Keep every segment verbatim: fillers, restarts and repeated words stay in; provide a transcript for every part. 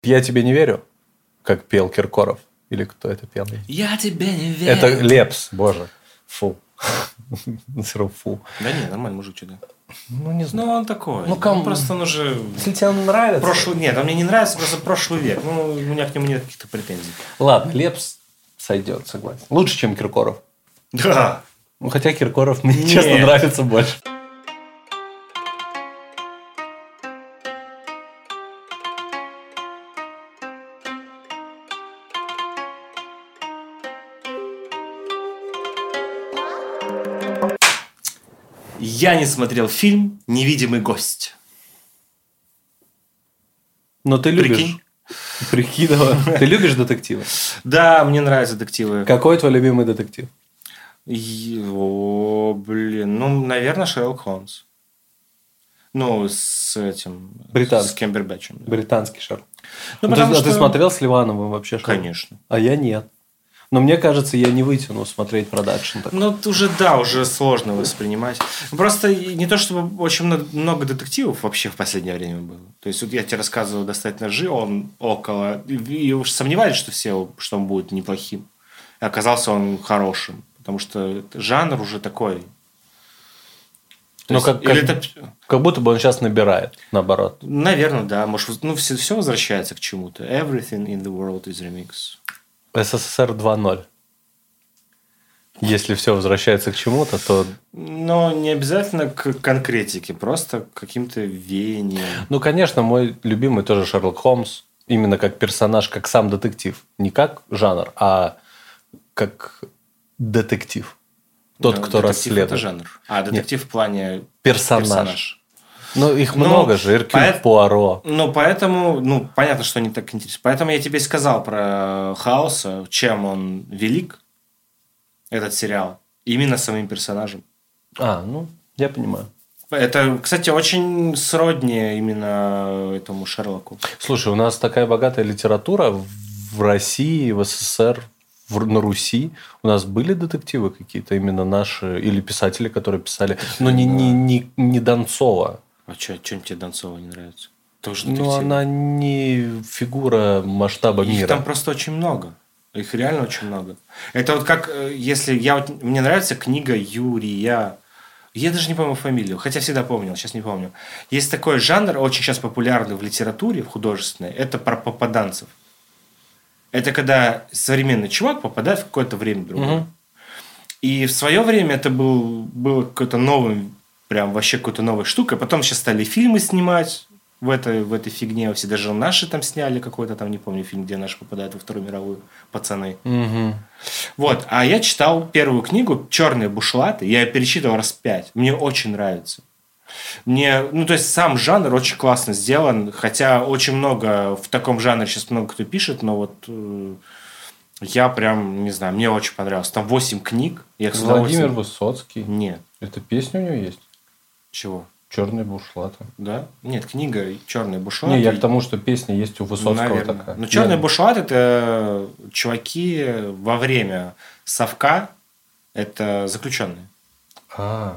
«Я тебе не верю», как пел Киркоров. Или кто это пел? Я тебе не верю. Это Лепс, боже. Фу. Фу. Да не, нормальный мужик что-то. Ну, не знаю. Ну, он такой. Ну, кому? Ну, просто он уже... Если тебе он нравится... Прошлый... Нет, он мне не нравится, просто прошлый век. Ну, у меня к нему нет каких-то претензий. Ладно, Лепс сойдет, согласен. Лучше, чем Киркоров. Да. Ну, хотя Киркоров мне, Нет. честно, нравится больше. Я не смотрел фильм «Невидимый гость». Но ты любишь... Прикинь? Прикидываю. Ты любишь детективы? Да, мне нравятся детективы. Какой твой любимый детектив? И- О, блин. Ну, наверное, Шерлок Холмс. Ну, с этим... Британский. С Кембербэтчем. Да. Британский Шерлок. Ну, Ну, ты, потому а ты что- смотрел с Ливановым вообще Шерлок? Конечно. А я нет. Но мне кажется, я не вытяну смотреть продакшн такой. Ну, уже, да, уже сложно воспринимать. Просто и не то, чтобы очень много, много детективов вообще в последнее время было. То есть, вот я тебе рассказывал «Достать ножи», он около... И уж сомневались, что все, что он будет неплохим. И оказался он хорошим. Потому что жанр уже такой. То Ну, есть, как, или как, это... как будто бы он сейчас набирает, наоборот. Наверное, да. Может, ну, все, все возвращается к чему-то. Everything in the world is remix. СССР два ноль. Если все возвращается к чему-то, то... Но не обязательно к конкретике, просто к каким-то веяниям. Ну, конечно, мой любимый тоже Шерлок Холмс. Именно как персонаж, как сам детектив. Не как жанр, а как детектив. Тот, Ну, кто детектив расследует. это жанр. А детектив Нет. в плане Персонаж. персонаж. Ну, их Ну, много же. Эркюль поэт- Пуаро. Ну, поэтому, ну, понятно, что они так интересны. Поэтому я тебе и сказал про Хауса, чем он велик, этот сериал, именно самим персонажем. А, ну, я понимаю. Это, кстати, очень сродни именно этому Шерлоку. Слушай, у нас такая богатая литература в России, в СССР, в- на Руси. У нас были детективы какие-то именно наши, или писатели, которые писали, но не, не, не, не Донцова. А что, чем тебе Донцова не нравится? Тоже Ну, детектив. она не фигура масштаба Их мира. там просто очень много. Их реально очень много. Это вот как, э, если я вот, мне нравится книга Юрия, я даже не помню фамилию, хотя всегда помнил, сейчас не помню. Есть такой жанр, очень сейчас популярный в литературе, в художественной, это про попаданцев. Это когда современный чувак попадает в какое-то время другое. Мгм. И в свое время это был, было какой-то новым, прям вообще какой-то новой штукой. Потом сейчас стали фильмы снимать в этой, в этой фигне. Все даже наши там сняли какой-то там, не помню, фильм, где наши попадают во Вторую мировую, пацаны. Мгм. Вот. А я читал первую книгу «Черные бушлаты». Я ее перечитывал раз пять. Мне очень нравится. Мне, ну, то есть, сам жанр очень классно сделан. Хотя очень много в таком жанре сейчас много кто пишет, но вот э, я прям, не знаю, мне очень понравилось. Там восемь книг. Я их с Владимир удовольствием- Высоцкий. Нет. Это песня у него есть? Чего? Черные бушлаты. Да? Нет, книга «Черные бушлаты». Не, я к тому, что песня есть у Высоцкого Наверное. такая. Ну, «Черные Ну, бушлаты» – это чуваки во время совка. Это заключенные. А.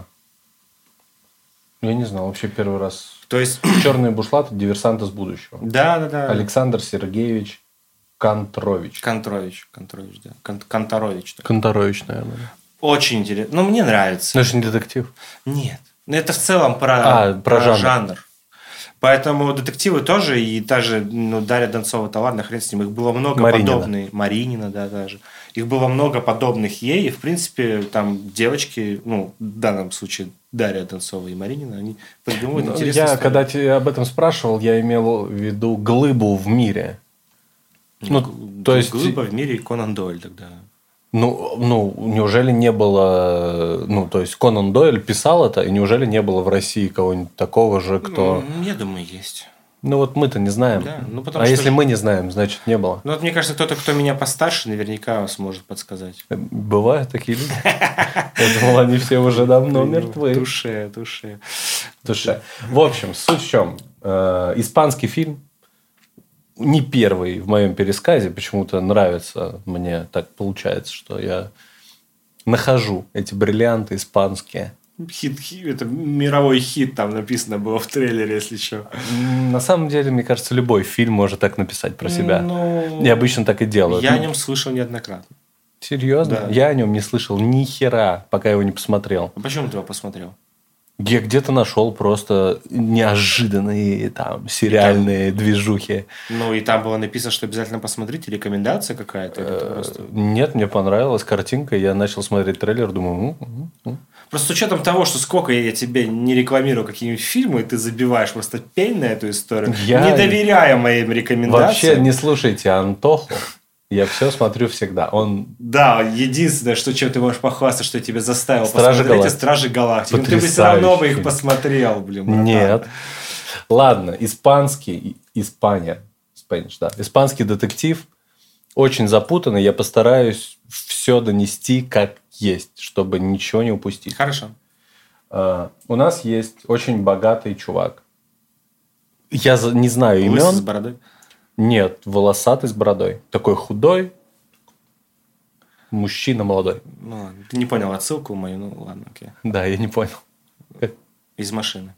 Я не знал, вообще первый раз. То есть, Черные бушлаты, диверсант из будущего. да, да, да. Александр Сергеевич Контрович. Контрович. Контрович, да. Кон- Конторович. да. Конторович, наверное. Очень интересно. Ну, мне нравится. Ну, это же не детектив. Нет. Ну, это в целом про, А, про жанр. Поэтому детективы тоже, и даже ну, Дарья Донцова-то ладно, хрен с ним, их было много Маринина. подобных. Маринина, да, даже. Их было много подобных ей, и, в принципе, там девочки, ну, в данном случае Дарья Донцова и Маринина, они придумывают Ну, интересные я, истории. когда тебя об этом спрашивал, я имел в виду глыбу в мире. Ну, Г- то есть- Глыба в мире и Конан Дойль тогда. Ну, ну, неужели не было... Ну, то есть, Конан Дойль писал это, и неужели не было в России кого-нибудь такого же, кто... М, Я думаю, есть. Ну, вот мы-то не знаем. Да, ну, потому а что если ж- мы не знаем, значит, не было. Ну, вот мне кажется, кто-то, кто меня постарше, наверняка сможет подсказать. Бывают такие люди. Я думал, они все уже давно мертвы. Душе, душе. Душе. В общем, суть в чем. Э, Испанский фильм. Не первый в моем пересказе. Почему-то нравится мне. Так получается, что я нахожу эти бриллианты испанские. Хит, хит, это мировой хит, там написано было в трейлере, если что. На самом деле, мне кажется, любой фильм может так написать про себя. Ну, и обычно так и делают. Я о нем слышал неоднократно. Серьезно? Да. Я о нем не слышал ни хера, пока его не посмотрел. А почему ты его посмотрел? Я где-то нашел просто неожиданные там сериальные там... движухи. Ну, и там было написано, что обязательно посмотрите, рекомендация какая-то. Просто... Нет, мне понравилась картинка, я начал смотреть трейлер, думаю... Ну, просто с учетом того, что сколько я тебе не рекламирую какие-нибудь фильмы, и ты забиваешь просто пень на эту историю, я... не доверяя моим рекомендациям. Вообще не слушайте Антоху. Я все смотрю всегда. Он... Да, единственное, что чем ты можешь похвастаться, что я тебя заставил Стражи посмотреть, это «Стражи Галактики». Ну, ты бы все равно бы их посмотрел, блин. Братан. Нет. Ладно, испанский, Испания, Spanish, да. Испанский детектив очень запутанный. Я постараюсь все донести как есть, чтобы ничего не упустить. Хорошо. Uh, у нас есть очень богатый чувак. Я не знаю имен. Лысый с бородой? Нет, волосатый с бородой. Такой худой. Мужчина молодой. Ну ладно. Ты не понял отсылку мою, ну ладно, окей. Да, я не понял. Из машины.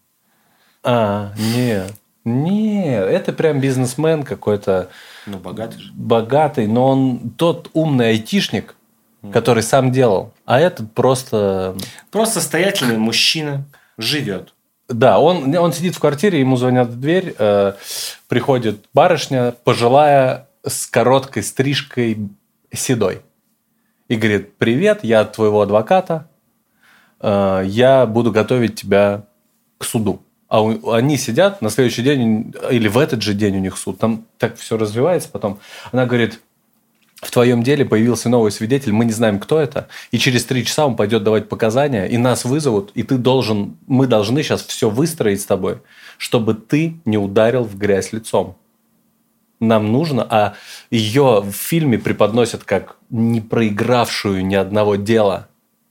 А, нет. Нет, это прям бизнесмен какой-то. Ну, богатый же. Богатый, но он тот умный айтишник, mm. который сам делал. А этот просто... Просто состоятельный мужчина живет. Да, он, он сидит в квартире, ему звонят в дверь, э, приходит барышня, пожилая, с короткой стрижкой, седой. И говорит: привет, я от твоего адвоката, э, я буду готовить тебя к суду. А у, они сидят, на следующий день, или в этот же день у них суд, там так все развивается потом. Она говорит: в твоем деле появился новый свидетель, мы не знаем, кто это, и через три часа он пойдет давать показания, и нас вызовут, и ты должен, мы должны сейчас все выстроить с тобой, чтобы ты не ударил в грязь лицом. Нам нужно, а ее в фильме преподносят как не проигравшую ни одного дела,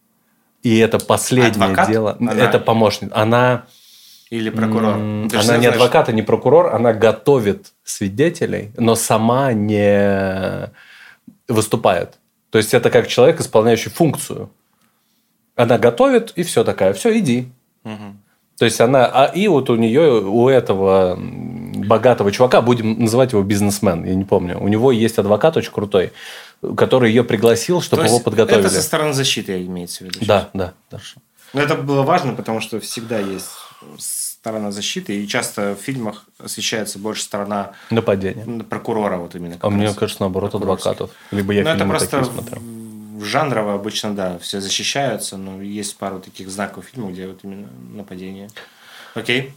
и это последнее адвокат? дело. Она... Это помощник. Она... Или прокурор. М- она не адвокат и не прокурор, она готовит свидетелей, но сама не... выступает. То есть это как человек, исполняющий функцию. Она готовит, и все такая, все, иди. Угу. То есть она, а и вот у нее, у этого богатого чувака, будем называть его бизнесмен, я не помню, у него есть адвокат очень крутой, который ее пригласил, чтобы То его есть подготовили. Это со стороны защиты имеется в виду? Да, да, да. Но это было важно, потому что всегда есть сторона защиты, и часто в фильмах освещается больше сторона нападения прокурора, вот именно. А мне кажется, наоборот, адвокатов. Либо я но фильмы это такие смотрю. Жанрово обычно, да, все защищаются, но есть пару таких знаков фильмов, где вот именно нападение. Окей.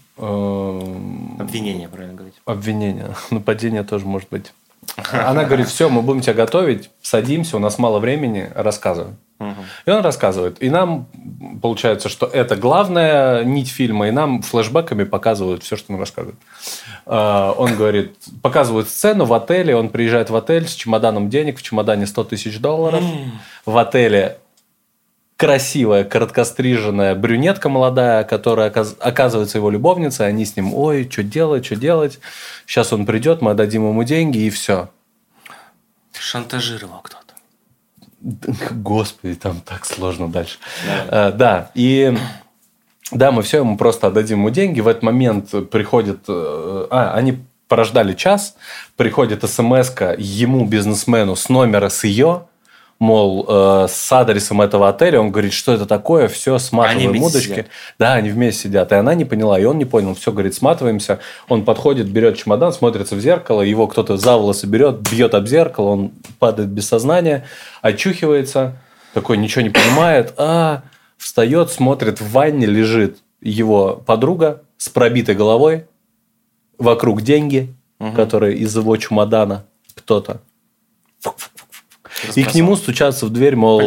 Обвинение, правильно говорить. Обвинение. Нападение тоже может быть. Она говорит: все, мы будем тебя готовить, садимся, у нас мало времени, рассказывай. Угу. И он рассказывает. И нам получается, что это главная нить фильма, и нам флешбэками показывают все, что он рассказывает. Он говорит, показывают сцену в отеле, он приезжает в отель с чемоданом денег, в чемодане сто тысяч долларов. Mm. В отеле красивая, короткостриженная брюнетка молодая, которая оказывается его любовницей, они с ним: ой, что делать, что делать. Сейчас он придет, мы отдадим ему деньги, и все. Шантажировал кто-то. Господи, там так сложно дальше. Да, а, да. И да, мы все, ему просто отдадим ему деньги. В этот момент приходит... А, они порождали час, приходит смс-ка ему, бизнесмену, с номера с ее, мол, э, с адресом этого отеля. Он говорит, что это такое, все, сматываем удочки. Сидят. Да, они вместе сидят. И она не поняла, и он не понял. Все, говорит, сматываемся. Он подходит, берет чемодан, смотрится в зеркало, его кто-то за волосы берет, бьет об зеркало, он падает без сознания, очухивается, такой ничего не понимает, а встает, смотрит, в ванне лежит его подруга с пробитой головой, вокруг деньги, угу. которые из его чемодана кто-то. И к нему стучатся в дверь, мол...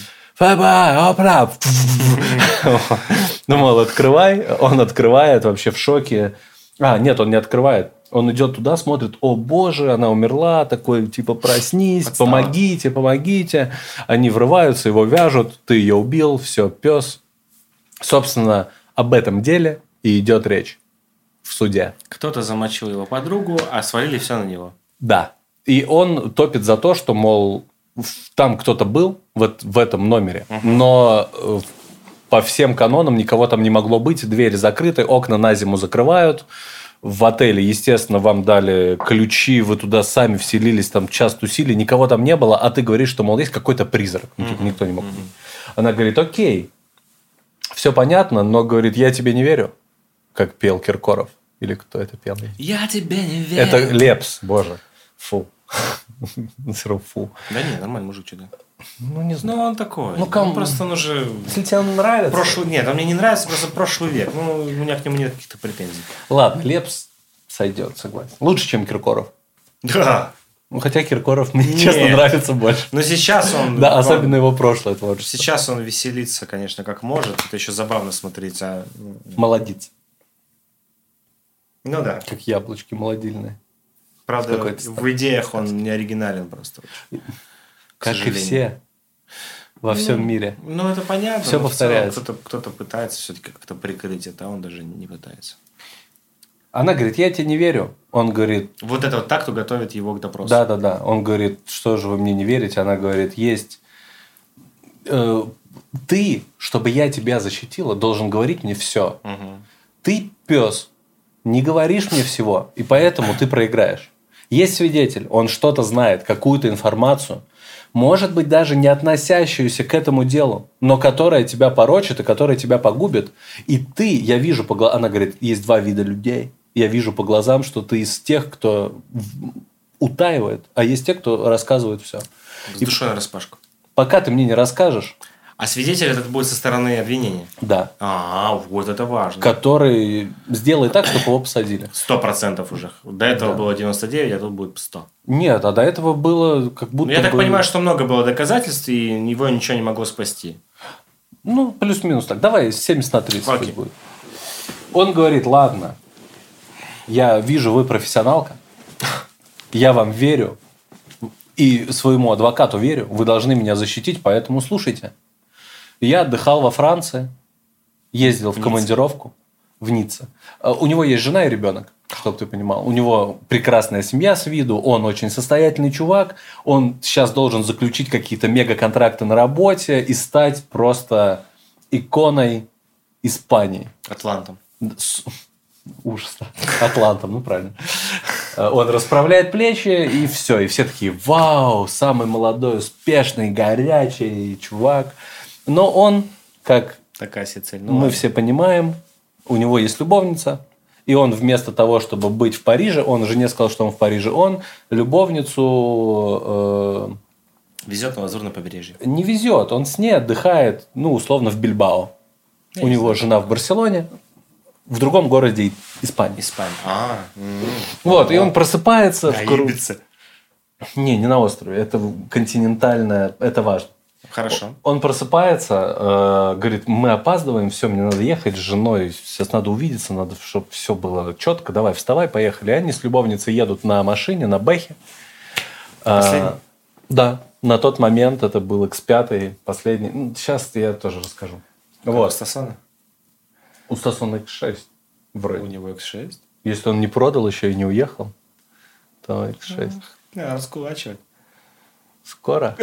Ну, мол, открывай. Он открывает, вообще в шоке. А, нет, он не открывает. Он идет туда, смотрит, о боже, она умерла. Такой, типа, проснись, Подстава. помогите, помогите. Они врываются, его вяжут. Ты ее убил, все, пес. Собственно, об этом деле и идет речь в суде. Кто-то замочил его подругу, а свалили все на него. Да. И он топит за то, что, мол... Там кто-то был вот в этом номере, uh-huh. но по всем канонам никого там не могло быть, двери закрыты, окна на зиму закрывают. В отеле, естественно, вам дали ключи, вы туда сами вселились, там час тусили, никого там не было, а ты говоришь, что, мол, есть какой-то призрак. Ну, типа, никто не мог. Mm-hmm. Она говорит, окей, все понятно, но, говорит, я тебе не верю, как пел Киркоров. Или кто это пел? Я тебе не верю. Это Лепс, боже. Фу. Фу. Да нет, нормальный мужик, что-то. Ну, не знаю. Ну, он такой. Ну, кому? Ну, просто он уже... Если тебе он нравится... Прошлый... Нет, он мне не нравится, просто прошлый век. Ну, у меня к нему нет каких-то претензий. Ладно, Лепс сойдет, согласен. Лучше, чем Киркоров. Да. Ну, хотя Киркоров мне, Нет. честно, нравится больше. Но сейчас он... Да, особенно его прошлое творчество. Сейчас он веселится, конечно, как может. Это еще забавно смотреть. А... Молодец. Ну да. Как яблочки молодильные. Правда, в идеях он не оригинален просто. Как и все во ну, всем мире. Ну, это понятно. Все повторяется. Кто-то, кто-то пытается все-таки как-то прикрыть это, а он даже не пытается. Она говорит, я тебе не верю. Он говорит... Вот это вот так, кто готовит его к допросу. Да-да-да. Он говорит, что же вы мне не верите? Она говорит, есть... Э, ты, чтобы я тебя защитила, должен говорить мне все. Угу. Ты, пес, не говоришь мне всего, и поэтому ты проиграешь. Есть свидетель, он что-то знает, какую-то информацию, может быть, даже не относящуюся к этому делу, но которая тебя порочит и которая тебя погубит. И ты, я вижу по глазам, она говорит, есть два вида людей. Я вижу по глазам, что ты из тех, кто утаивает, а есть те, кто рассказывает все. С душой нараспашку. Пока ты мне не расскажешь... А свидетель этот будет со стороны обвинения? Да. А, вот это важно. Который сделает так, чтобы его посадили. Сто процентов уже. До этого Да. было девяносто девять, а тут будет сто. Нет, а до этого было как будто Ну, я так бы... понимаю, что много было доказательств, и его ничего не могло спасти. Ну, плюс-минус так. Давай семьдесят на тридцать Окей. пусть будет. Он говорит, ладно, я вижу, вы профессионалка, я вам верю, и своему адвокату верю, вы должны меня защитить, поэтому слушайте. Я отдыхал во Франции, ездил в, в командировку в Ницце. У него есть жена и ребенок, чтобы ты понимал. У него прекрасная семья с виду, он очень состоятельный чувак, он сейчас должен заключить какие-то мега-контракты на работе и стать просто иконой Испании. Атлантом. С... Ужас. Атлантом, ну правильно. Он расправляет плечи, и все. И все такие, вау, самый молодой, успешный, горячий чувак. Но он, как Такая себе цель. Ну, мы ладно. все понимаем, у него есть любовница, и он вместо того, чтобы быть в Париже, он жене сказал, что он в Париже, он любовницу э, Везет на лазурное побережье. не везет, он с ней отдыхает, ну, условно, в Бильбао. Я у не него знаю. жена в Барселоне, в другом городе Испании. Испания. А, м-м. Вот, и он просыпается в На Кру- Ибице. Не, не на острове, это континентальное, это важно. Хорошо. Он просыпается, э, говорит, мы опаздываем, все, мне надо ехать с женой, сейчас надо увидеться, надо, чтобы все было четко, давай, вставай, поехали. И они с любовницей едут на машине, на Бэхе. Последний? А, да, на тот момент это был икс пять, последний. Ну, сейчас я тоже расскажу. Как Вот. у Стасона? У Стасона икс шесть вроде. У него икс шесть. Если он не продал еще и не уехал, то икс шесть. Да, раскулачивать. Скоро.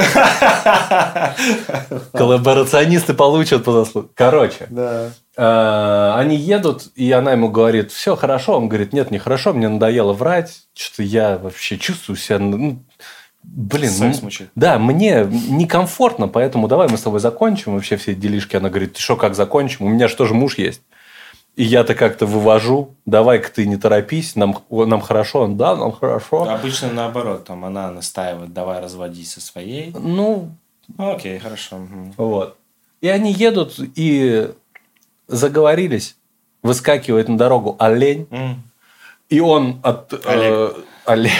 Коллаборационисты получат по заслугам. Короче, Да. э, они едут, и она ему говорит, все хорошо. Он говорит, нет, не хорошо, мне надоело врать. Что-то я вообще чувствую себя... ну, блин, Совесть ну, мучает. да, мне некомфортно, поэтому давай мы с тобой закончим вообще все эти делишки. Она говорит, ты что, как закончим? У меня же тоже муж есть. И я-то как-то вывожу, давай-ка ты не торопись, нам, нам хорошо. Он, да, нам хорошо. Обычно наоборот, там она настаивает, давай разводись со своей. Ну, Окей, хорошо. Мгм. вот. И они едут и заговорились. Выскакивает на дорогу олень. М. И он от... э, олень.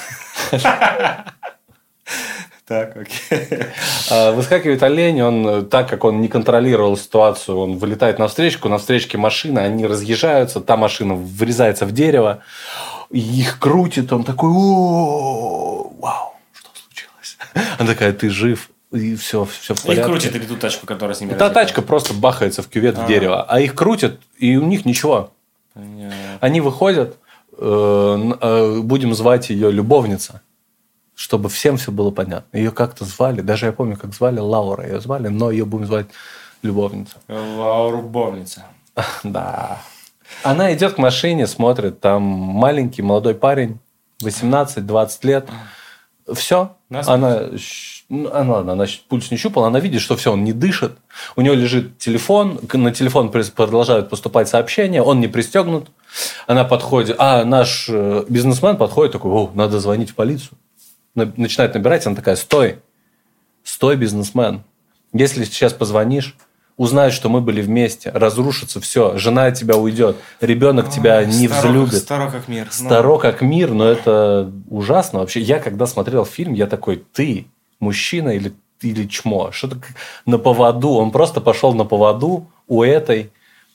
Так, окей. А, Выскакивает олень, он, э, так как он не контролировал ситуацию, он вылетает на встречку, на встречке машина, они разъезжаются, та машина врезается в дерево, и их крутит, он такой, о, вау, что случилось? Она такая, ты жив, и все, все в Их порядке. крутит или ту тачку, которая с ними Та разъехала? тачка просто бахается в кювет в А. дерево, а их крутят, и у них ничего. Понятно. Они выходят, э, н- э, будем звать ее любовница, чтобы всем все было понятно. Ее как-то звали, даже я помню, как звали Лаура, ее звали, но ее будем звать любовница. Любовница. Да. Она идет к машине, смотрит, там маленький молодой парень, восемнадцать-двадцать лет. Все. Она, ну, ладно, она пульс не щупала, она видит, что все, он не дышит. У него лежит телефон, на телефон продолжают поступать сообщения, он не пристегнут. Она подходит, а наш бизнесмен подходит, такой, о, надо звонить в полицию. Начинает набирать, она такая, стой, стой, бизнесмен. Если сейчас позвонишь, узнают, что мы были вместе, разрушится все, жена от тебя уйдет, ребенок тебя Ой, не старо, взлюбит. Старо как мир. Старо ну. как мир, но это ужасно. Вообще, я когда смотрел фильм, я такой, ты мужчина или, или чмо? Что-то на поводу. Он просто пошел на поводу у этой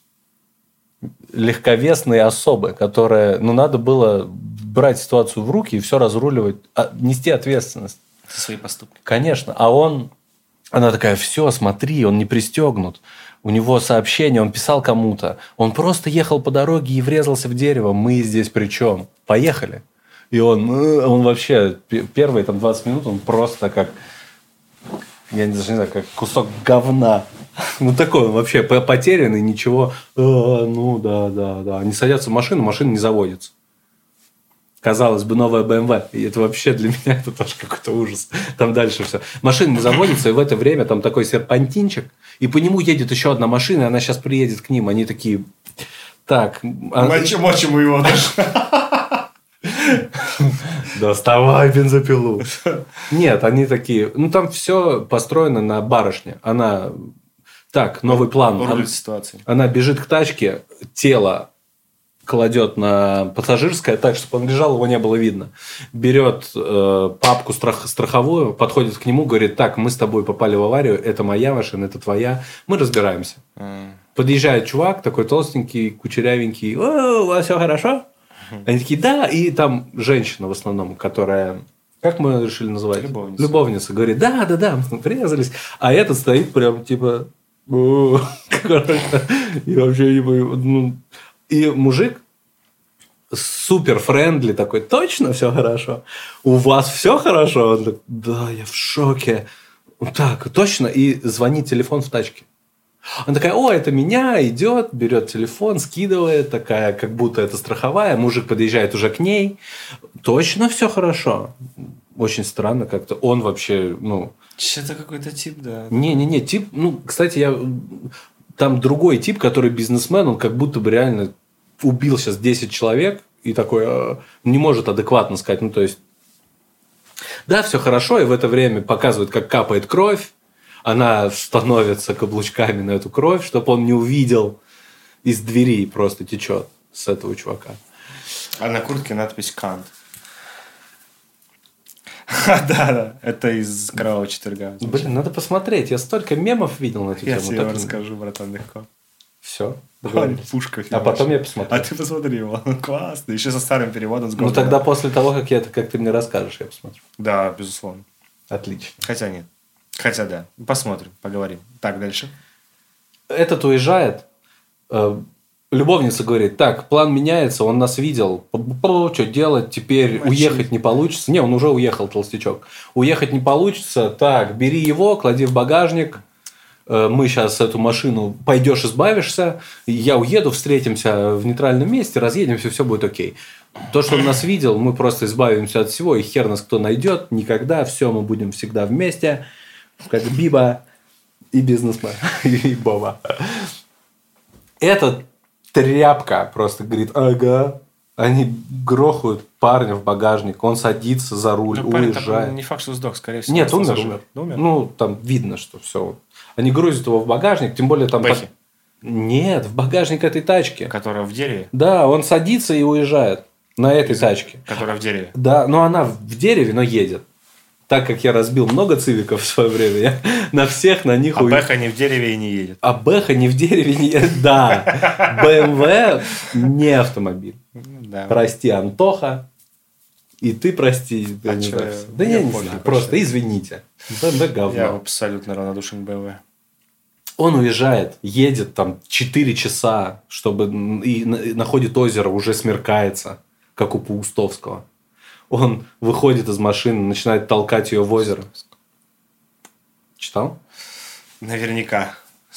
легковесной особы, которая, ну, надо было брать ситуацию в руки и все разруливать, нести ответственность. За свои поступки. Конечно. А он... Она такая, все, смотри, он не пристегнут. У него сообщение, он писал кому-то. Он просто ехал по дороге и врезался в дерево. Мы здесь при чем? Поехали. И он, он вообще, первые там, двадцать минут, он просто как, я даже не знаю, как кусок говна. Ну, такой он вообще потерянный, ничего. А, ну, да, да, да. Они садятся в машину, машина не заводится. Казалось бы, новая бэ эм вэ. И это вообще для меня это тоже какой-то ужас. Там дальше все. Машина не заводится, и в это время там такой серпантинчик. И по нему едет еще одна машина, и она сейчас приедет к ним. Они такие... Так... Мочим, мочим его даже. Доставай бензопилу. Нет, они такие... Ну, там все построено на барышне. Она... Так, новый план. Рулит ситуацией. Она бежит к тачке, тело кладет на пассажирское так, чтобы он лежал, его не было видно. Берет э, папку страх, страховую, подходит к нему, говорит, так, мы с тобой попали в аварию, это моя машина, это твоя, мы разбираемся. Mm. Подъезжает чувак, такой толстенький, кучерявенький, о, у вас все хорошо? Mm. Они такие, да, и там женщина в основном, которая... Как мы решили называть? Любовница. Любовница. Говорит, да, да, да, мы врезались. А этот стоит прям типа... Короче, я вообще не понимаю. И мужик супер френдли такой, точно все хорошо? У вас все хорошо? Он такой, да, я в шоке. Так, точно. И звонит телефон в тачке. Она такая, о, это меня, идет, берет телефон, скидывает, такая, как будто это страховая. Мужик подъезжает уже к ней. Точно все хорошо? Очень странно как-то. Он вообще, ну... Что-то какой-то тип, да. Не-не-не, тип... Ну, кстати, я... Там другой тип, который бизнесмен, он как будто бы реально убил сейчас десять человек и такой э, не может адекватно сказать. Ну, то есть, да, все хорошо, и в это время показывают, как капает кровь. Она становится каблучками на эту кровь, чтобы он не увидел. Из двери просто течет с этого чувака. А на куртке надпись «Кант». Да, да, это из «Кровавого четверга». Блин, надо посмотреть. Я столько мемов видел на эту я тему. Я тебе расскажу, братан, легко. Все. Пушка. А потом я посмотрю. А ты посмотри его. Классно. Еще со старым переводом. С ну, тогда после того, как, я, как ты мне расскажешь, я посмотрю. Да, безусловно. Отлично. Хотя нет. Хотя да. Посмотрим, поговорим. Так, дальше. Этот уезжает. Любовница говорит, так, план меняется, он нас видел, что делать, теперь Мочи. Уехать не получится. Не, он уже уехал, толстячок. Уехать не получится, так, бери его, клади в багажник, мы сейчас эту машину, пойдешь, избавишься, я уеду, встретимся в нейтральном месте, разъедемся, все будет окей. То, что он нас видел, мы просто избавимся от всего, и хер нас кто найдет, никогда, все, мы будем всегда вместе, как Биба и бизнесмен, и Боба. Этот тряпка просто говорит, ага. Они грохают парня в багажник, он садится за руль, ну, уезжает. Парень, не факт, что сдох, скорее всего. Нет, умер, умер. умер. Ну, там видно, что все. Они грузят его в багажник, тем более там... Бэхи? Нет, в багажник этой тачки. Которая в дереве? Да, он садится и уезжает на этой Из... тачке. Которая в дереве? Да, но она в дереве, но едет. Так как я разбил много цивиков в свое время, я на всех на них... А уй... Бэха не в дереве и не едет. А Бэха не в дереве не едет, да. бэ эм вэ не автомобиль. Да. Прости, Антоха. И ты прости. А не чё, знаю. я... Да я я не понял, знаю, просто извините. бэ эм вэ говно. Я абсолютно равнодушен к бэ эм вэ. Он уезжает, едет там четыре часа, чтобы и находит озеро, уже смеркается, как у Паустовского. Он выходит из машины, начинает толкать ее в озеро. Читал? Наверняка.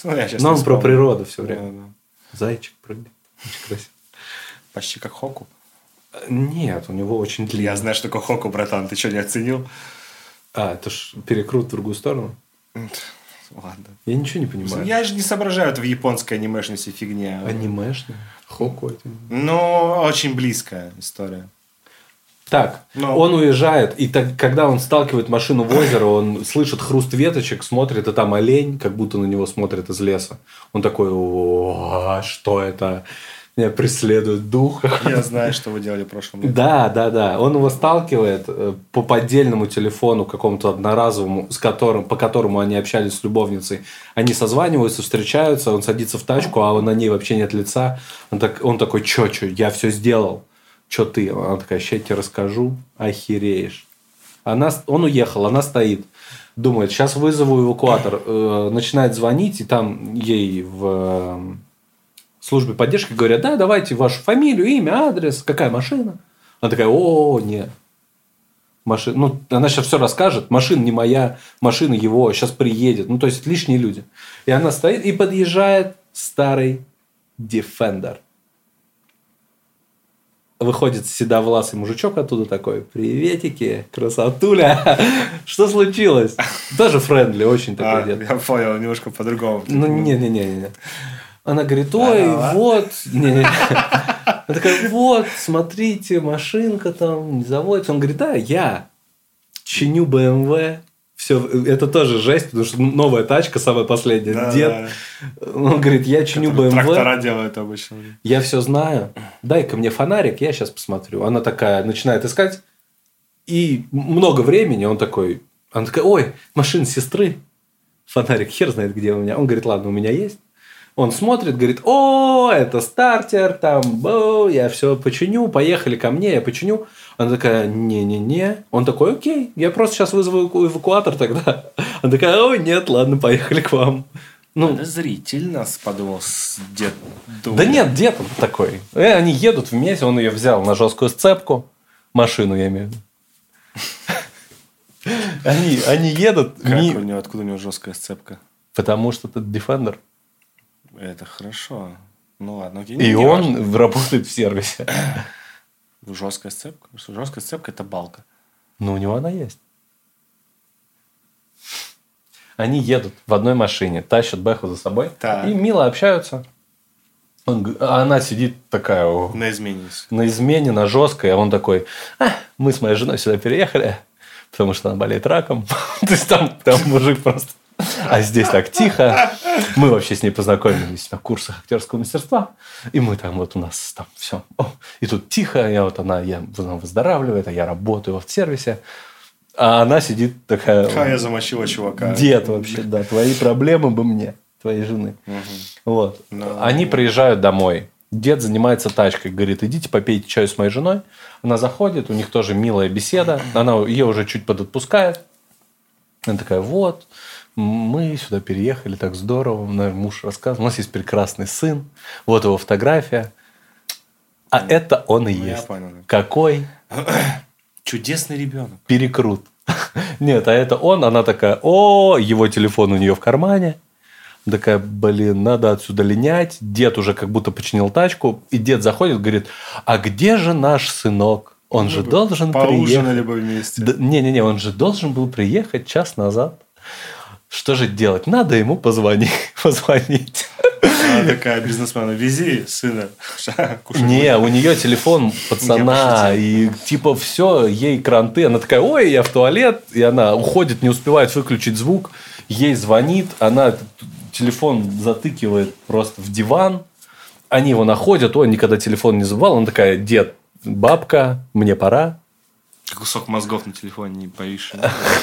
Ну, я сейчас Но не он про вспомню. природу все Да, время. да. Зайчик прыгает. Очень красиво. Почти как Хоку. Нет, у него очень длинный. Я знаю, что такое Хоку, братан. Ты что, не оценил? А, это ж перекрут в другую сторону? Ладно. Я ничего не понимаю. Я же не соображаю в японской анимешной всей фигне. Анимешный? Хоку это... Ну, очень близкая история. Так, Но- он уезжает, и так, когда он сталкивает машину в озеро, он слышит хруст веточек, смотрит, и там олень, как будто на него смотрит из леса. Он такой, о, что это? Меня преследует дух. Я знаю, что вы делали в прошлом лете. Да, да, да. Он его сталкивает э, по поддельному телефону какому-то одноразовому, с которым, по которому они общались с любовницей. Они созваниваются, встречаются, он садится в тачку, а на ней вообще нет лица. Он, так, он такой, чё, чё, я все сделал. Чё ты? Она такая, ща я тебе расскажу, охереешь. Она, он уехал, она стоит. Думает, сейчас вызову эвакуатор. Э, начинает звонить, и там ей в... э, службе поддержки говорят, да, давайте вашу фамилию, имя, адрес, какая машина. Она такая, о, нет. Машина, ну, она сейчас все расскажет, машина не моя, машина его, сейчас приедет. Ну, то есть, лишние люди. И она стоит, и подъезжает старый Defender. Выходит седовласый мужичок оттуда такой, приветики, красотуля, что случилось? Тоже френдли, очень такой А, дед. я понял, немножко по-другому. Ну, не-не-не. Она говорит, ой, Ага. вот. Не-не. Она такая, вот, смотрите, машинка там не заводится. Он говорит, да, я чиню бэ эм вэ. Все, это тоже жесть, потому что новая тачка, самая последняя. Да, Дед. да. Он говорит, я чиню бэ эм вэ. Трактора делают обычно. Я все знаю. Дай-ка мне фонарик, я сейчас посмотрю. Она такая начинает искать. И много времени он такой... Она такая, ой, машина сестры. Фонарик хер знает, где у меня. Он говорит, ладно, у меня есть. Он смотрит, говорит, о, это стартер, там, бо, я все починю, поехали ко мне, я починю. Она такая, не-не-не. Он такой, окей, я просто сейчас вызову эваку- эвакуатор тогда. Она такая, ой, нет, ладно, поехали к вам. Ну, Подозрительно, подумал с дед. да нет, дед он такой. Э, они едут вместе, он ее взял на жесткую сцепку. Машину, я имею в виду. Они, они едут, Как ми- у него, откуда у него жесткая сцепка? потому что это Defender. Это хорошо. Ну ладно, окей. И он работает в сервисе. Жесткая сцепка? Что жесткая сцепка это балка. Но у него она есть. Они едут в одной машине, тащат Бэху за собой. Так. И мило общаются. Он г- а она сидит такая о, На изменись. на измене, на жесткой. А он такой, «А, мы с моей женой сюда переехали, потому что она болеет раком. То есть там, там мужик просто... А здесь так тихо. Мы вообще с ней познакомились на курсах актерского мастерства. И мы там вот у нас там все. И тут тихо. Я вот она, я, она выздоравливает, а я работаю в сервисе. А она сидит такая... Ха, я замочила чувака. Дед вообще, да. Твои проблемы бы мне, твоей жены. Мгм. Вот. Ну, Они приезжают домой. Дед занимается тачкой. Говорит, идите попейте чаю с моей женой. Она заходит, у них тоже милая беседа. Она ее уже чуть подотпускает. Она такая, вот, мы сюда переехали, так здорово. Мой муж рассказывал, у нас есть прекрасный сын. Вот его фотография. А это он и Ну, я есть. понял, да. Какой Чудесный ребенок. перекрут. Нет, а это он. Она такая, о, его телефон у нее в кармане. Такая, блин, надо отсюда линять. Дед уже как будто починил тачку. И дед заходит, говорит, а где же наш сынок? Он же должен Поужинали приехать. бы вместе. Да, Не-не-не, он же должен был приехать час назад. Что же делать? Надо ему позвонить. позвонить. Она такая бизнесмена, вези сына. Кушай. Не, у нее телефон пацана, Я и типа все, ей кранты. Она такая, ой, я в туалет, и она уходит, не успевает выключить звук, ей звонит, она телефон затыкивает просто в диван, они его находят, он никогда телефон не забывал, она такая, дед, бабка, мне пора. Кусок мозгов на телефоне не повисший.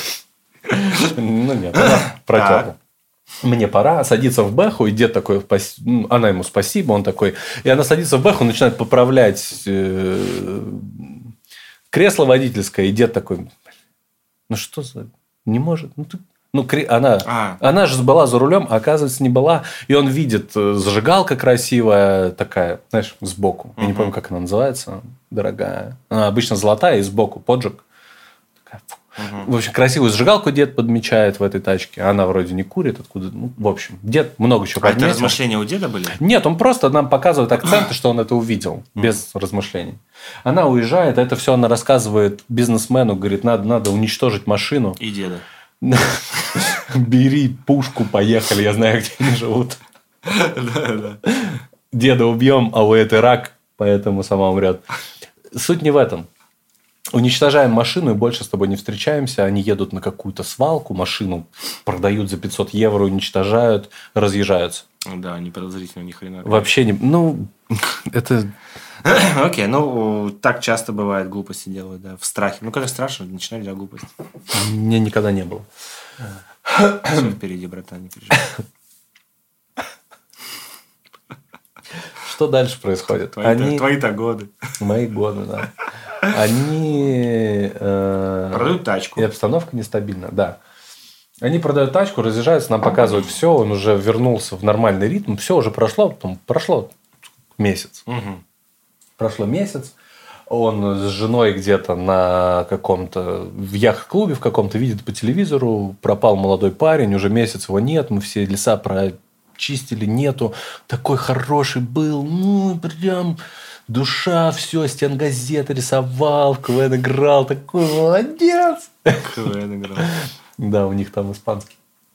Ну нет, она протерла. Мне пора, садится в бэху, и дед такой, «Пас- ну, она ему спасибо, он такой, и она садится в бэху, начинает поправлять э, кресло водительское, и дед такой, ну что за, не может, ну ты, ну кре- она, А. она же была за рулем, а оказывается не была, и он видит э, зажигалка красивая такая, знаешь, сбоку, я не Мгм. помню, как она называется, дорогая, она обычно золотая и сбоку поджиг, такая, фу. В общем, красивую зажигалку дед подмечает в этой тачке. Она вроде не курит. Откуда? Ну, в общем, дед много чего подметил. А это размышления у деда были? Нет, он просто нам показывает акценты, что он это увидел. Без размышлений. Она уезжает. Это все она рассказывает бизнесмену. Говорит, надо, надо уничтожить машину. И деда. Бери пушку, поехали. Я знаю, где они живут. Деда убьем, а у этой рак, поэтому сама умрет. Суть не в этом. Уничтожаем машину и больше с тобой не встречаемся. Они едут на какую-то свалку, машину продают за пятьсот евро, уничтожают, разъезжаются. Да, не подозрительно ни хрена. Вообще не... Ну, это... Окей, ну, так часто бывает, глупости делают, да, в страхе. Ну, когда страшно, начинают делать глупости. Мне никогда не было. Все впереди, братан, не переживай. Что дальше происходит? Твои-то, Они... Твои-то годы. Мои годы, да. Они... Э... Продают тачку. И обстановка нестабильна, да. Они продают тачку, разъезжаются, нам показывают все, он уже вернулся в нормальный ритм, все уже прошло, потом прошло месяц. Угу. Прошло месяц, он с женой где-то на каком-то, в яхт-клубе в каком-то видит по телевизору, пропал молодой парень, уже месяц его нет, мы все леса прочистили, нету, такой хороший был, ну, прям... Душа, все, стенгазеты рисовал, в КВН играл, такой молодец. КВН играл. Да, у них там испанский.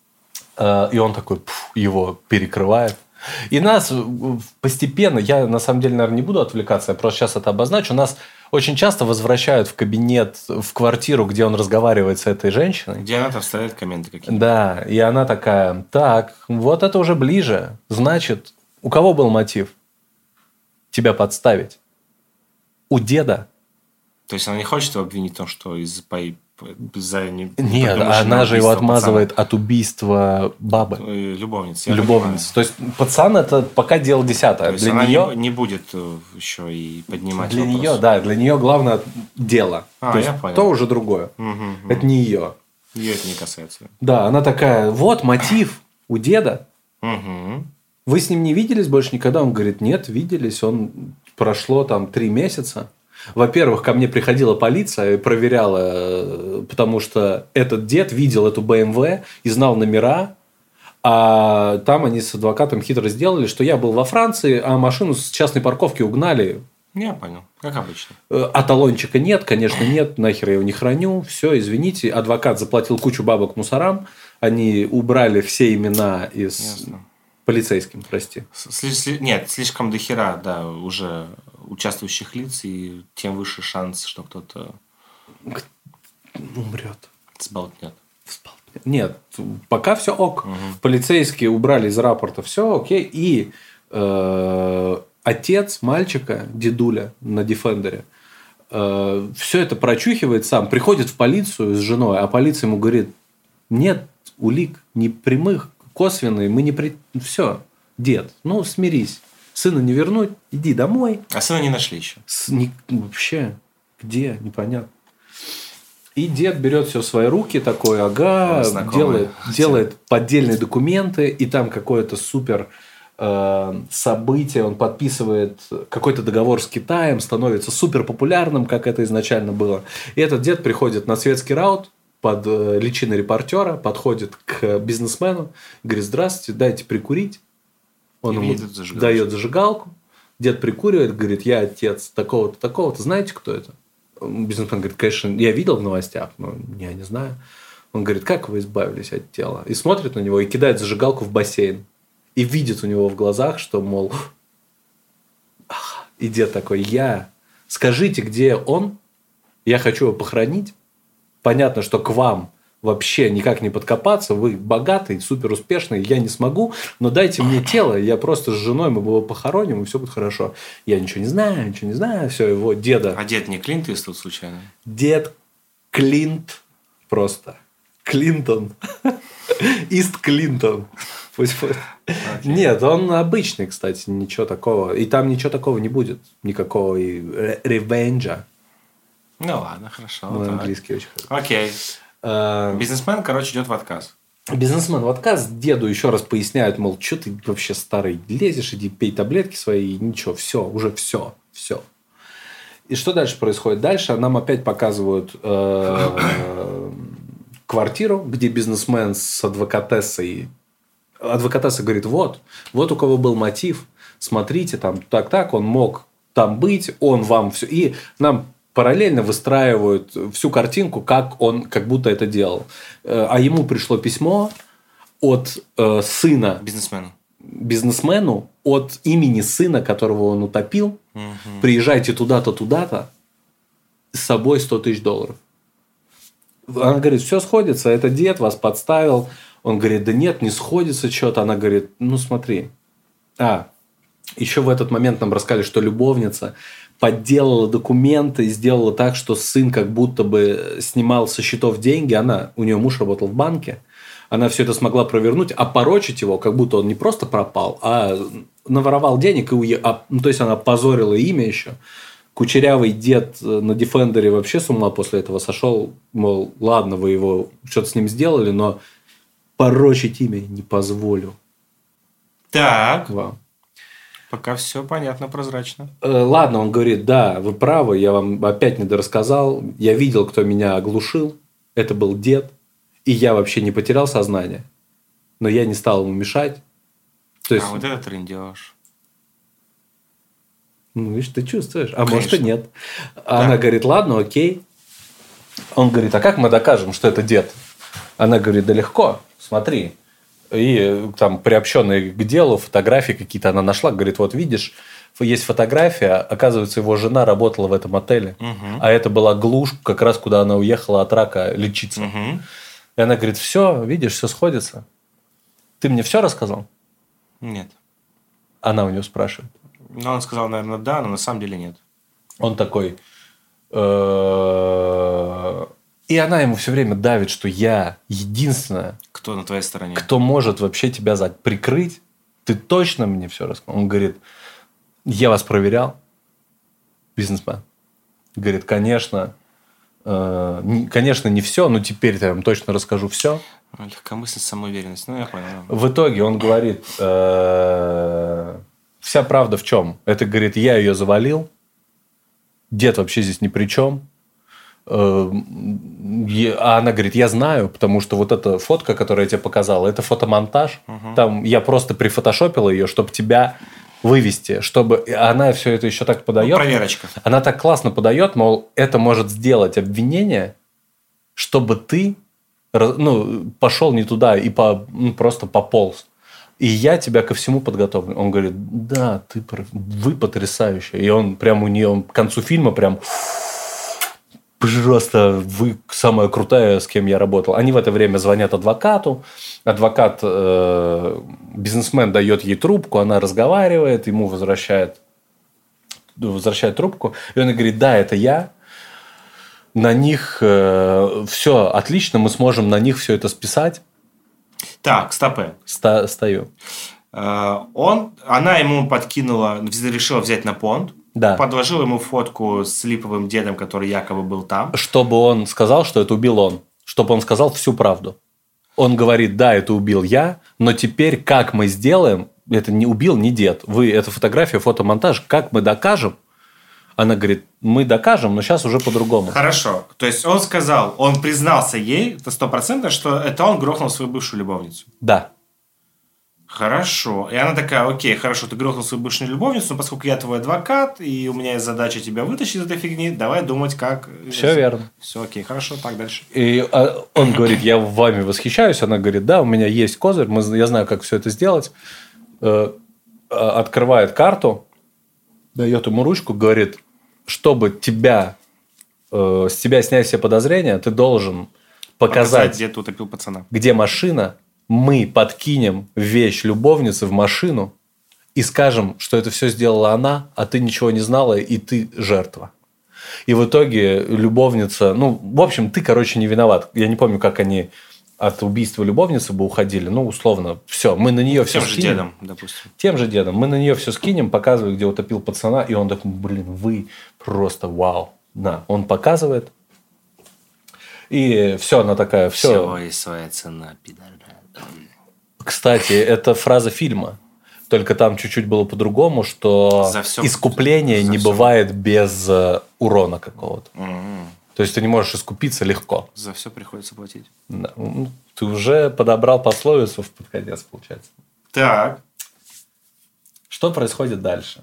И он такой пф, его перекрывает. И нас постепенно, я на самом деле, наверное, не буду отвлекаться, я просто сейчас это обозначу, нас очень часто возвращают в кабинет, в квартиру, где он разговаривает с этой женщиной. Где она-то вставляет комменты какие-то. Да, и она такая, так, вот это уже ближе. Значит, у кого был мотив? Тебя подставить. У деда. То есть она не хочет его обвинить в том, что из-за из-за не... Нет, она же его отмазывает пацана. От убийства бабы. Любовницы. Любовницы. То есть пацан это пока дело десятое. То есть для она нее... не будет еще и поднимать для вопрос. нее, да, для нее главное дело. А, то я есть понял. то уже другое. Угу, угу. Это не ее. Ее это не касается. Да, она такая, вот мотив у деда. Угу. Вы с ним не виделись больше никогда? Он говорит, нет, виделись. Он прошло там три месяца. Во-первых, ко мне приходила полиция и проверяла, потому что этот дед видел эту бэ эм вэ и знал номера. А там они с адвокатом хитро сделали, что я был во Франции, а машину с частной парковки угнали. Я понял, как обычно. А талончика нет, конечно, нет, нахер я его не храню. Все, извините. Адвокат заплатил кучу бабок мусорам. Они убрали все имена из... Ясно. Полицейским, прости. Сли- нет, слишком дохера, да, уже участвующих лиц, и тем выше шанс, что кто-то умрет. Сболтнет. Нет, пока все ок. Угу. Полицейские убрали из рапорта все окей. И э, отец мальчика, дедуля на Дефендере, э, все это прочухивает сам, приходит в полицию с женой, а полиция ему говорит, нет улик, ни прямых, косвенные, мы не... При... Все, дед, ну смирись. Сына не вернуть, иди домой. А сына не нашли еще? С... Не... Вообще, где, непонятно. И дед берет все в свои руки, такой, ага, делает, делает поддельные документы, и там какое-то супер э, событие, он подписывает какой-то договор с Китаем, становится супер популярным, как это изначально было. И этот дед приходит на светский раут под э, личиной репортера, подходит к бизнесмену, говорит, здравствуйте, дайте прикурить. Он ему дает зажигалку. Дед прикуривает, говорит, я отец такого-то, такого-то. Знаете, кто это? Бизнесмен говорит, конечно, я видел в новостях, но я не знаю. Он говорит, как вы избавились от тела? И смотрит на него и кидает зажигалку в бассейн. И видит у него в глазах, что, мол... И дед такой, я... Скажите, где он? Я хочу его похоронить. Понятно, что к вам вообще никак не подкопаться. Вы богатый, супер успешный. Я не смогу. Но дайте мне тело. Я просто с женой, мы его похороним, и все будет хорошо. Я ничего не знаю, ничего не знаю. Все, его деда... А дед не Клинт Иствуд случайно? Дед Клинт просто. Клинтон. Ист Клинтон. Пусть будет. Okay. Нет, он обычный, кстати. Ничего такого. И там ничего такого не будет. Никакого и ревенджа. Ну ладно, хорошо. Мой английский очень хорошо. Окей. Uh, Бизнесмен, короче, идет в отказ. Бизнесмен в отказ. Деду еще раз поясняют, мол, что ты вообще старый лезешь, иди пей таблетки свои, ничего, все, уже все, все. И что дальше происходит? Дальше нам опять показывают э, квартиру, где бизнесмен с адвокатессой. Адвокатесса говорит, вот, вот у кого был мотив, смотрите, там так-так, он мог там быть, он вам все. И нам параллельно выстраивают всю картинку, как он как будто это делал. А ему пришло письмо от э, сына Бизнесмену. бизнесмену, от имени сына, которого он утопил. Угу. Приезжайте туда-то, туда-то, с собой сто тысяч долларов. Она говорит, все сходится, это дед вас подставил. Он говорит, да нет, не сходится что-то. Она говорит, ну смотри. А, еще в этот момент нам рассказали, что любовница подделала документы и сделала так, что сын как будто бы снимал со счетов деньги. Она, у нее муж работал в банке. Она все это смогла провернуть, опорочить его, как будто он не просто пропал, а наворовал денег и уехал. Ну, то есть она позорила имя еще. Кучерявый дед на Дефендере вообще с ума после этого сошел. Мол, ладно, вы его что-то с ним сделали, но порочить имя не позволю. Так. Вау. Пока все понятно, прозрачно. Ладно, он говорит, да, вы правы, я вам опять недорассказал. Я видел, кто меня оглушил. Это был дед. И я вообще не потерял сознание. Но я не стал ему мешать. То есть... А вот это трындеж. Ну, видишь, ты чувствуешь. А Конечно. может и нет. Да. Она говорит, ладно, окей. Он говорит, а как мы докажем, что это дед? Она говорит, да легко, смотри. И там приобщенные к делу фотографии какие-то она нашла. Говорит, вот видишь, есть фотография. Оказывается, его жена работала в этом отеле. Угу. А это была глушь, как раз куда она уехала от рака лечиться. Угу. И она говорит, все, видишь, все сходится. Ты мне все рассказал? Нет. Она у него спрашивает. Ну, он сказал, наверное, да, но на самом деле нет. Он такой... И она ему все время давит, что я единственная, Кто на твоей стороне? кто может вообще тебя прикрыть. Ты точно мне все рассказал? Он говорит, я вас проверял, бизнесмен. Говорит, конечно... Конечно, не все, но теперь я вам точно расскажу все. Легкомысленность, самоуверенность. Ну, я понял. В итоге он говорит, э, вся правда в чем? Это, говорит, я ее завалил. Дед вообще здесь ни при чем. Э, а она говорит, я знаю, потому что вот эта фотка, которую я тебе показал, это фотомонтаж. Угу. Там я просто прифотошопил ее, чтобы тебя... вывести, чтобы она все это еще так подает. Ну, проверочка. Она так классно подает, мол, это может сделать обвинение, чтобы ты ну, пошел не туда и по, ну, просто пополз. И я тебя ко всему подготовлю. Он говорит, да, ты, вы потрясающие. И он прям у нее к концу фильма прям... Просто вы самая крутая, с кем я работал. Они в это время звонят адвокату. Адвокат, э, бизнесмен дает ей трубку, она разговаривает, ему возвращает, возвращает трубку. И он говорит, да, это я. На них э, все отлично, мы сможем на них все это списать. Так, стопэ. Ста- стою. Э, он, она ему подкинула, решила взять на понт. Да. Подложил ему фотку с липовым дедом, который якобы был там. Чтобы он сказал, что это убил он. Чтобы он сказал всю правду. Он говорит, да, это убил я, но теперь как мы сделаем, это не убил не дед. Вы, это фотография, фотомонтаж, как мы докажем? Она говорит, мы докажем, но сейчас уже по-другому. Хорошо. То есть он сказал, он признался ей, это сто процентов, что это он грохнул свою бывшую любовницу. Да. Хорошо. И она такая, окей, хорошо, ты грохнул свою бывшую любовницу, но поскольку я твой адвокат, и у меня есть задача тебя вытащить из этой фигни, давай думать, как... Все верно. Все окей, хорошо, так дальше. И он говорит, я вами восхищаюсь. Она говорит, да, у меня есть козырь, мы, я знаю, как все это сделать. Открывает карту, дает ему ручку, говорит, чтобы тебя, с тебя снять все подозрения, ты должен показать, показать где ты утопил пацана. Где машина. Мы подкинем вещь любовницы в машину и скажем, что это все сделала она, а ты ничего не знала, и ты жертва. И в итоге любовница... Ну, в общем, ты, короче, не виноват. Я не помню, как они от убийства любовницы бы уходили. Ну, условно, все, мы на нее все скинем. Тем же дедом, допустим. Тем же дедом. Мы на нее все скинем, показываем, где утопил пацана. И он такой, блин, вы просто вау. Да, он показывает. И все, она такая... Все, Всего есть своя цена, пидоры. Кстати, это фраза фильма. Только там чуть-чуть было по-другому, что за все, искупление за не все. бывает без урона какого-то. Mm-hmm. То есть ты не можешь искупиться легко. За все приходится платить. Да. Ну, ты уже подобрал пословицу в под конец, получается. Так. Что происходит дальше?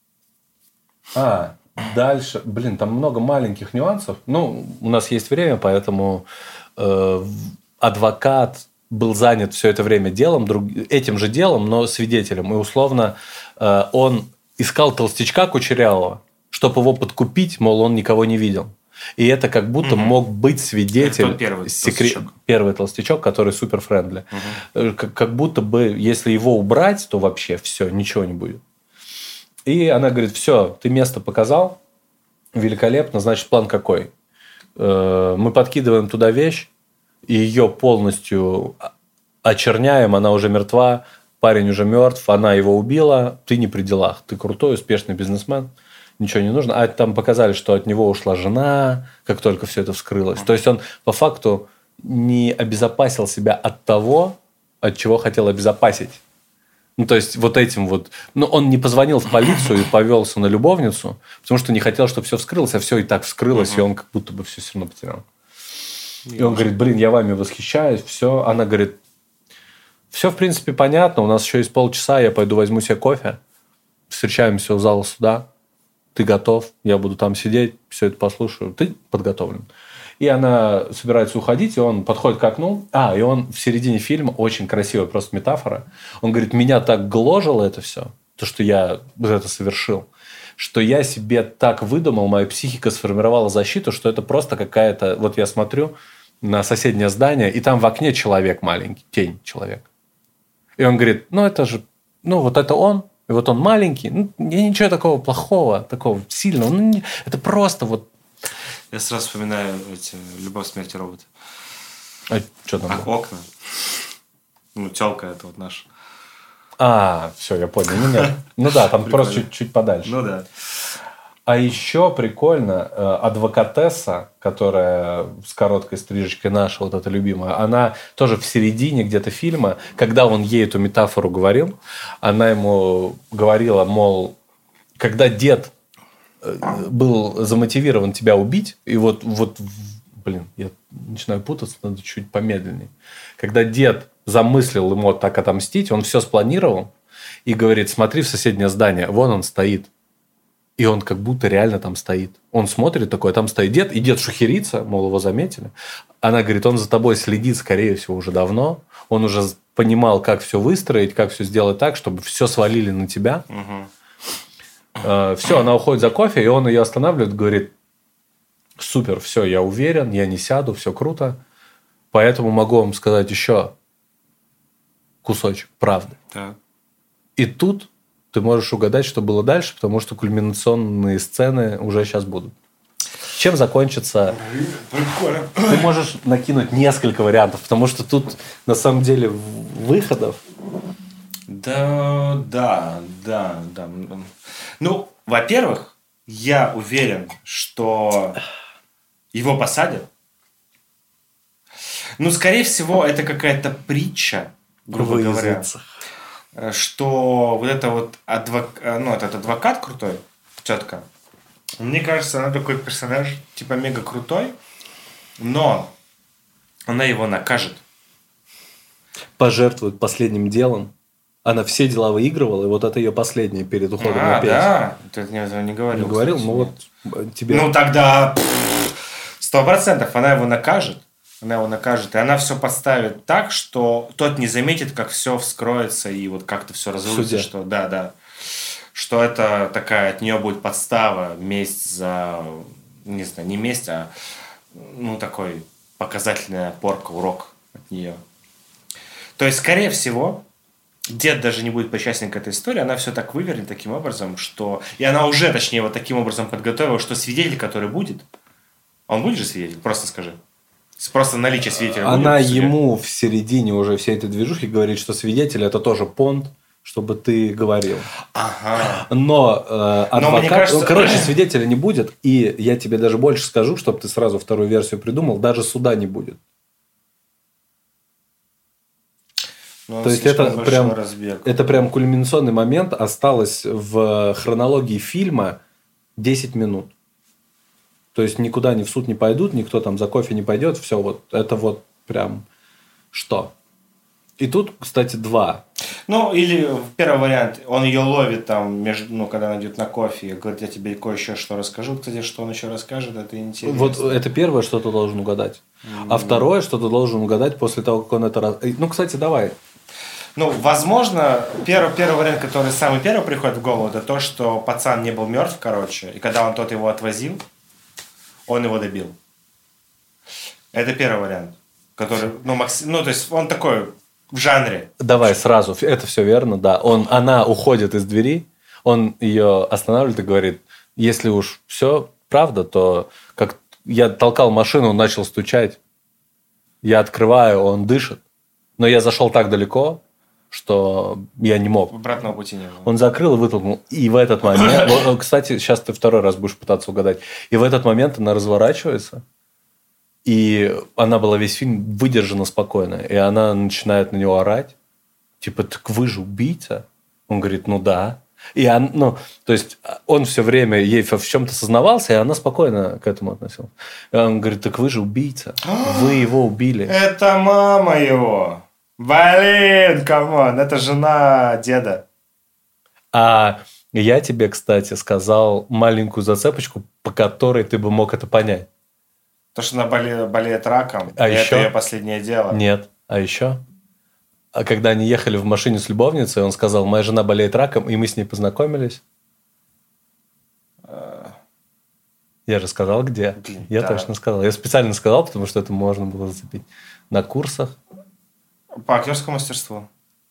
А, дальше... Блин, там много маленьких нюансов. Ну, у нас есть время, поэтому э, адвокат был занят все это время делом, друг... этим же делом, но свидетелем. И условно э, он искал толстячка Кучерявого, чтобы его подкупить, мол, он никого не видел. И это как будто угу. мог быть свидетель. Это первый, секрет... толстячок. первый толстячок, который супер френдли. Угу. Как, как будто бы, если его убрать, то вообще все, ничего не будет. И она говорит: все, ты место показал, великолепно, значит, план какой? Мы подкидываем туда вещь, и ее полностью очерняем, она уже мертва, парень уже мертв, она его убила, ты не при делах, ты крутой, успешный бизнесмен. Ничего не нужно. А там показали, что от него ушла жена, как только все это вскрылось. То есть он по факту не обезопасил себя от того, от чего хотел обезопасить. Ну, то есть вот этим вот... Ну, он не позвонил в полицию и повелся на любовницу, потому что не хотел, чтобы все вскрылось, а все и так вскрылось, угу. и он как будто бы все все равно потерял. И он говорит: блин, я вами восхищаюсь, все. Она говорит: все, в принципе, понятно, у нас еще есть полчаса, я пойду возьму себе кофе, встречаемся у зала суда. Ты готов, я буду там сидеть, все это послушаю, ты подготовлен. И она собирается уходить, и он подходит к окну. А, и он в середине фильма, очень красивая просто метафора. Он говорит: меня так гложило это все, то, что я это совершил, что я себе так выдумал, моя психика сформировала защиту, что это просто какая-то... Вот я смотрю на соседнее здание, и там в окне человек маленький, тень человека. И он говорит: ну, это же... Ну, вот это он. И вот он маленький, ну, ничего такого плохого, такого сильного. Ну, не, это просто вот... Я сразу вспоминаю эти «Любовь, смерть и роботы». А что там? А, окна. Ну, тёлка это вот наша. А, все, я понял. Ну, нет. Ну да, там просто чуть-чуть подальше. Ну да. А еще прикольно, адвокатесса, которая с короткой стрижечкой наша, вот эта любимая, она тоже в середине где-то фильма, когда он ей эту метафору говорил, она ему говорила, мол, когда дед был замотивирован тебя убить, и вот, вот блин, я начинаю путаться, надо чуть помедленнее. Когда дед замыслил ему так отомстить, он все спланировал и говорит: смотри в соседнее здание, вон он стоит. И он как будто реально там стоит. Он смотрит такой, там стоит дед, и дед шухерится, мол, его заметили. Она говорит: он за тобой следит, скорее всего, уже давно. Он уже понимал, как все выстроить, как все сделать так, чтобы все свалили на тебя. Угу. Все, она уходит за кофе, и он ее останавливает, говорит: супер, все, я уверен, я не сяду, все круто. Поэтому могу вам сказать еще кусочек правды. Так. И тут ты можешь угадать, что было дальше, потому что кульминационные сцены уже сейчас будут. Чем закончится... Прикольно. Ты можешь накинуть несколько вариантов, потому что тут на самом деле выходов... Да, да, да, да. Ну, во-первых, я уверен, что его посадят. Ну, скорее всего, это какая-то притча, грубо говоря. Что вот это вот адвок... ну, этот адвокат крутой, тетка, мне кажется, она такой персонаж, типа мега крутой, но она его накажет. Пожертвует последним делом. Она все дела выигрывала, и вот это ее последнее перед уходом а, на пенсию. Да, ты этого не говорил. Не говорил, кстати, ну вот тебе... Ну тогда сто процентов она его накажет. Она его накажет, и она все поставит так, что тот не заметит, как все вскроется и вот как-то все разрушится, что да, да, что это такая от нее будет подстава, месть за, не знаю, не месть, а ну такой показательная порка, урок от нее. То есть, скорее всего, дед даже не будет причастен к этой истории, она все так вывернет таким образом, что и она уже, точнее, вот таким образом подготовила, что свидетель, который будет, он будет же свидетель, просто скажи. Просто наличие свидетеля. Она ему в середине уже всей этой движухи говорит, что свидетель это тоже понт, чтобы ты говорил. Ага. Но э, адвокат... Но мне кажется... ну, короче, свидетеля не будет. И я тебе даже больше скажу, чтобы ты сразу вторую версию придумал, даже суда не будет. Ну, то есть это прям, разбег. это прям кульминационный момент. Осталось в хронологии фильма десять минут. То есть никуда ни в суд не пойдут, никто там за кофе не пойдет. Все вот это вот прям что? И тут, кстати, два. Ну, или первый вариант, он ее ловит там, между, ну, когда она идет на кофе, и говорит, я тебе кое-что что расскажу. Кстати, что он еще расскажет, это интересно. Вот это первое, что ты должен угадать. Mm. А второе, что ты должен угадать после того, как он это... раз. Ну, кстати, давай. Ну, возможно, первый, первый вариант, который самый первый приходит в голову, это то, что пацан не был мертв, короче, и когда он тот его отвозил, он его добил. Это первый вариант. Который, ну, макс... ну, то есть он такой... В жанре. Давай сразу. Это все верно, да. Он, она уходит из двери, он ее останавливает и говорит, если уж все правда, то как я толкал машину, он начал стучать. Я открываю, он дышит. Но я зашел так далеко, что я не мог. Обратного пути не было. Он закрыл и вытолкнул. И в этот момент... Кстати, сейчас ты второй раз будешь пытаться угадать. И в этот момент она разворачивается. И она была весь фильм выдержана спокойно. И она начинает на него орать. Типа, так вы же убийца? Он говорит, ну да. И он, ну, то есть, он все время ей в чем-то сознавался, и она спокойно к этому относилась. И он говорит, так вы же убийца. Вы его убили. Это мама его. Блин, камон, это жена деда. А я тебе, кстати, сказал маленькую зацепочку, по которой ты бы мог это понять. То, что она болеет, болеет раком, а и еще? Это ее последнее дело. Нет. А еще? А когда они ехали в машине с любовницей, он сказал, моя жена болеет раком, и мы с ней познакомились. Uh... Я же сказал, где. Блин, я да. точно сказал. Я специально сказал, потому что это можно было зацепить. На курсах. По актерскому мастерству.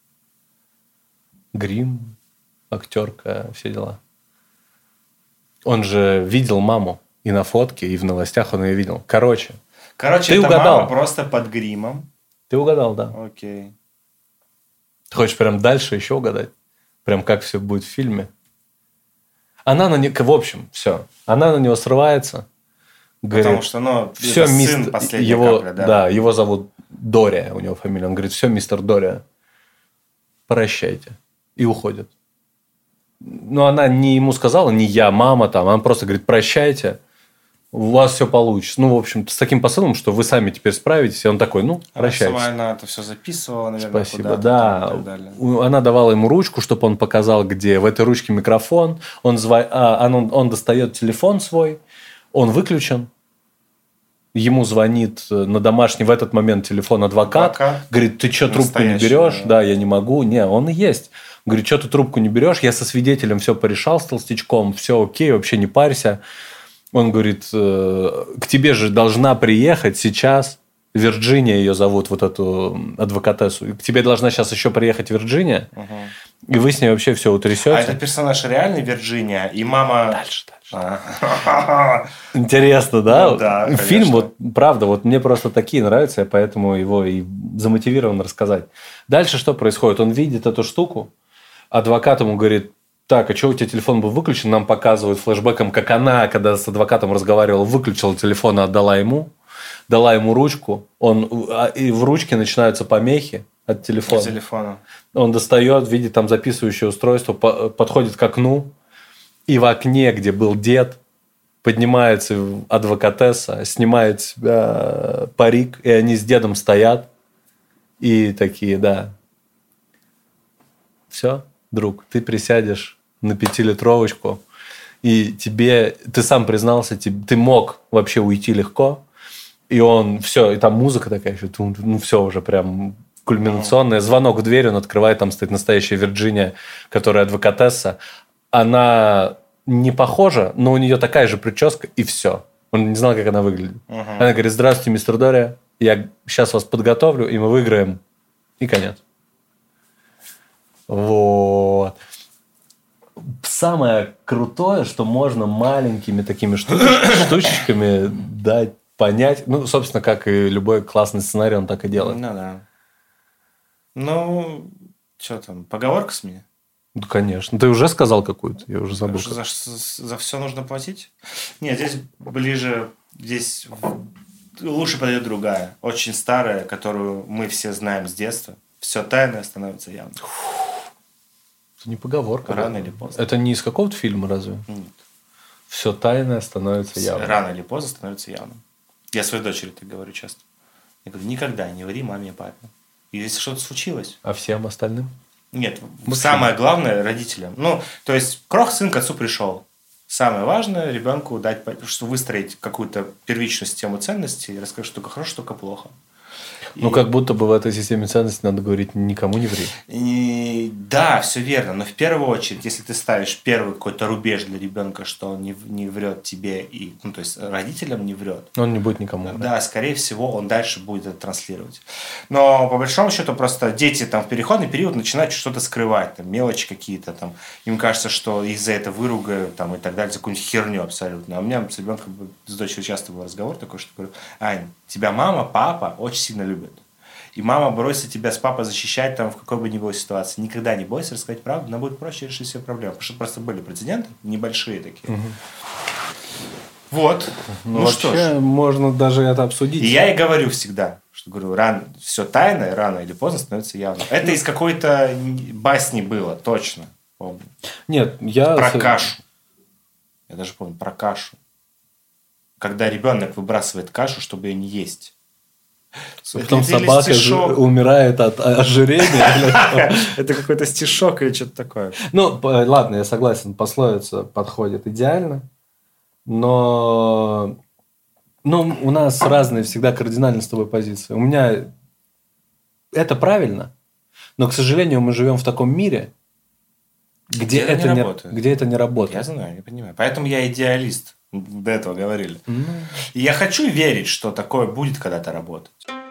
Грим, актерка, все дела. Он же видел маму. И на фотке, и в новостях он ее видел. Короче. Короче, ты это угадал. Мама просто под гримом. Ты угадал, да. Окей. Ты хочешь прям дальше еще угадать? Прям как все будет в фильме? Она на него... В общем, все. Она на него срывается. Говорит, потому что, ну, все, это мист... сын последней его, капли, да? Да, его зовут Дория, у него фамилия. Он говорит, все, мистер Дория, прощайте. И уходит. Но она не ему сказала, не я, мама там. Она просто говорит, прощайте, у вас все получится. Ну, в общем, с таким посылом, что вы сами теперь справитесь. И он такой, ну, прощайте. Она сама это все записывала, наверное, спасибо, да. Она давала ему ручку, чтобы он показал, где. В этой ручке микрофон. Он, зва... а, он, он достает телефон свой, он выключен. Ему звонит на домашний в этот момент телефон адвокат. адвокат. Говорит, ты что, трубку не берешь? Да. да, я не могу. Не, он и есть. Говорит, что ты трубку не берешь? Я со свидетелем все порешал с толстячком. Все окей, вообще не парься. Он говорит, к тебе же должна приехать сейчас Вирджиния, ее зовут, вот эту адвокатессу. К тебе должна сейчас еще приехать Вирджиния. Угу. И вы с ней вообще все утрясете. А это персонаж реальный Вирджиния? И мама... Дальше, дальше. Интересно, да? Ну, да, фильм, вот, правда, вот мне просто такие нравятся, я поэтому его и замотивирован рассказать. Дальше что происходит? Он видит эту штуку, адвокат ему говорит, так, а что у тебя телефон был выключен? Нам показывают флешбеком, как она, когда с адвокатом разговаривала, выключила телефон и отдала ему. Дала ему ручку. Он, и в ручке начинаются помехи от телефона. От телефона. Он достает, видит там записывающее устройство, подходит к окну. И в окне, где был дед, поднимается адвокатесса, снимает с себя парик, и они с дедом стоят. И такие, да. Все, друг, ты присядешь на пятилитровочку, и тебе, ты сам признался, ты мог вообще уйти легко, и он, все, и там музыка такая еще, ну, все уже прям кульминационное. Звонок в дверь, он открывает, там стоит настоящая Вирджиния, которая адвокатесса. Она не похожа, но у нее такая же прическа, и все. Он не знал, как она выглядит. Uh-huh. Она говорит, здравствуйте, мистер Дория, я сейчас вас подготовлю, и мы выиграем. И конец. Вот. Самое крутое, что можно маленькими такими штучечками дать понять. Ну, собственно, как и любой классный сценарий, он так и делает. Ну, да. Ну, что там, поговорка с меня? Ну, конечно. Ты уже сказал какую-то? Я уже забыл. За, за, за все нужно платить? Нет, здесь ближе, здесь лучше подойдет другая. Очень старая, которую мы все знаем с детства. Все тайное становится явным. Это не поговорка. Рано или поздно. Это не из какого-то фильма, разве? Нет. Все тайное становится явным. Рано или поздно становится явным. Я своей дочери так говорю часто. Я говорю, никогда не ври маме и папе. И если что-то случилось... А всем остальным? Нет, Мужчина. Самое главное родителям. Ну, то есть, крох сын к отцу пришел. Самое важное ребенку дать, что выстроить какую-то первичную систему ценностей и рассказать, что только хорошо, что только плохо. Ну, и... как будто бы в этой системе ценностей надо говорить никому не ври. И... Да, все верно. Но в первую очередь, если ты ставишь первый какой-то рубеж для ребенка, что он не, не врет тебе, и, ну, то есть родителям не врет. Он не будет никому врать. Да, скорее всего, он дальше будет это транслировать. Но по большому счету просто дети там в переходный период начинают что-то скрывать, там, мелочи какие-то, там, им кажется, что их за это выругают там, и так далее, за какую-нибудь херню абсолютно. А у меня с ребенком, с дочерью часто был разговор такой, что говорю, Ань, тебя мама, папа очень сильно любят. И мама бросит тебя с папой защищать там в какой бы ни было ситуации. Никогда не бойся рассказать правду, нам будет проще решить все проблемы. Потому что просто были прецеденты, небольшие такие. Угу. Вот. Ну, ну что ж. Можно даже это обсудить. И я и говорю всегда, что говорю, рано, все тайное, рано или поздно становится явно. Это из какой-то басни было, точно. Помню. Нет, я... Про кашу. Я даже помню, про кашу. Когда ребенок выбрасывает кашу, чтобы ее не есть. Потом собака умирает от ожирения. Это какой-то стишок или что-то такое. Ну, ладно, я согласен, пословица подходит идеально, но ну, у нас разные всегда кардинально с тобой позиции. У меня это правильно, но, к сожалению, мы живем в таком мире, где, где, это, не не, где это не работает. Я знаю, я понимаю. Поэтому я идеалист. До этого говорили. Mm. И я хочу верить, что такое будет когда-то работать.